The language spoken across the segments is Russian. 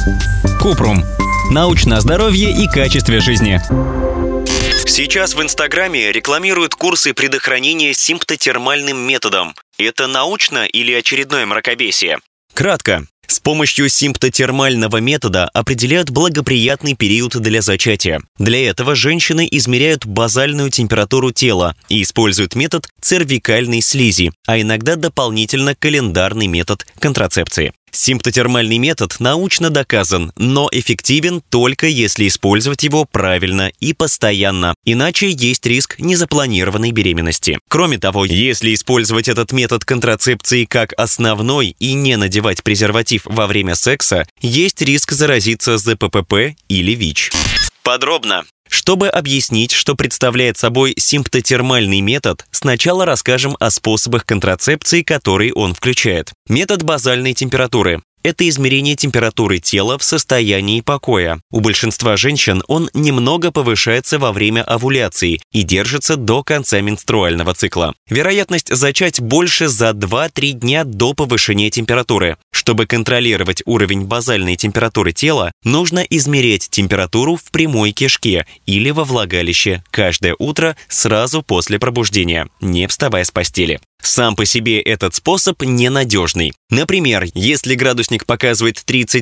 Купрум. Научное здоровье и качестве жизни. Сейчас в Инстаграме рекламируют курсы предохранения симптотермальным методом. Это научно или очередное мракобесие? Кратко. С помощью симптотермального метода определяют благоприятный период для зачатия. Для этого женщины измеряют базальную температуру тела и используют метод цервикальной слизи, а иногда дополнительно календарный метод контрацепции. Симптотермальный метод научно доказан, но эффективен только если использовать его правильно и постоянно, иначе есть риск незапланированной беременности. Кроме того, если использовать этот метод контрацепции как основной и не надевать презерватив во время секса, есть риск заразиться ЗППП или ВИЧ. Подробно. Чтобы объяснить, что представляет собой симптотермальный метод, сначала расскажем о способах контрацепции, которые он включает. Метод базальной температуры. Это измерение температуры тела в состоянии покоя. У большинства женщин он немного повышается во время овуляции и держится до конца менструального цикла. Вероятность зачать больше за 2-3 дня до повышения температуры. Чтобы контролировать уровень базальной температуры тела, нужно измерять температуру в прямой кишке или во влагалище каждое утро сразу после пробуждения, не вставая с постели. Сам по себе этот способ ненадежный. Например, если градусник показывает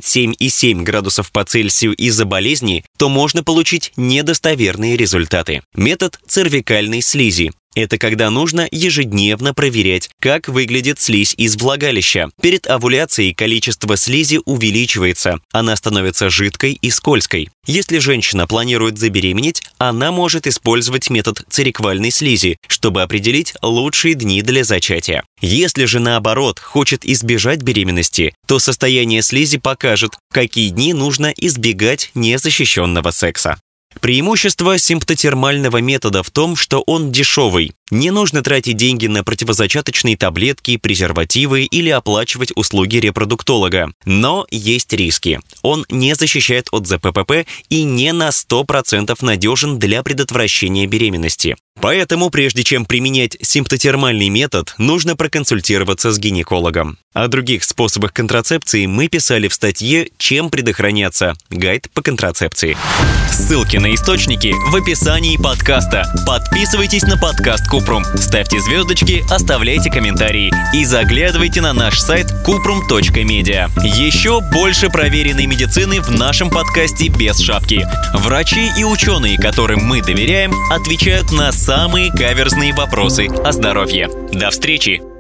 37,7 градусов по Цельсию из-за болезни, то можно получить недостоверные результаты. Метод цервикальной слизи. Это когда нужно ежедневно проверять, как выглядит слизь из влагалища. Перед овуляцией количество слизи увеличивается, она становится жидкой и скользкой. Если женщина планирует забеременеть, она может использовать метод цервикальной слизи, чтобы определить лучшие дни для зачатия. Если же наоборот хочет избежать беременности, то состояние слизи покажет, в какие дни нужно избегать незащищенного секса. Преимущество симптотермального метода в том, что он дешевый. Не нужно тратить деньги на противозачаточные таблетки, презервативы или оплачивать услуги репродуктолога. Но есть риски. Он не защищает от ЗППП и не на 100% надежен для предотвращения беременности. Поэтому, прежде чем применять симптотермальный метод, нужно проконсультироваться с гинекологом. О других способах контрацепции мы писали в статье «Чем предохраняться. Гайд по контрацепции». Ссылки на источники в описании подкаста. Подписывайтесь на подкаст Купрум, ставьте звездочки, оставляйте комментарии и заглядывайте на наш сайт kuprum.media. Еще больше проверенной медицины в нашем подкасте без шапки. Врачи и ученые, которым мы доверяем, отвечают на самые каверзные вопросы о здоровье. До встречи!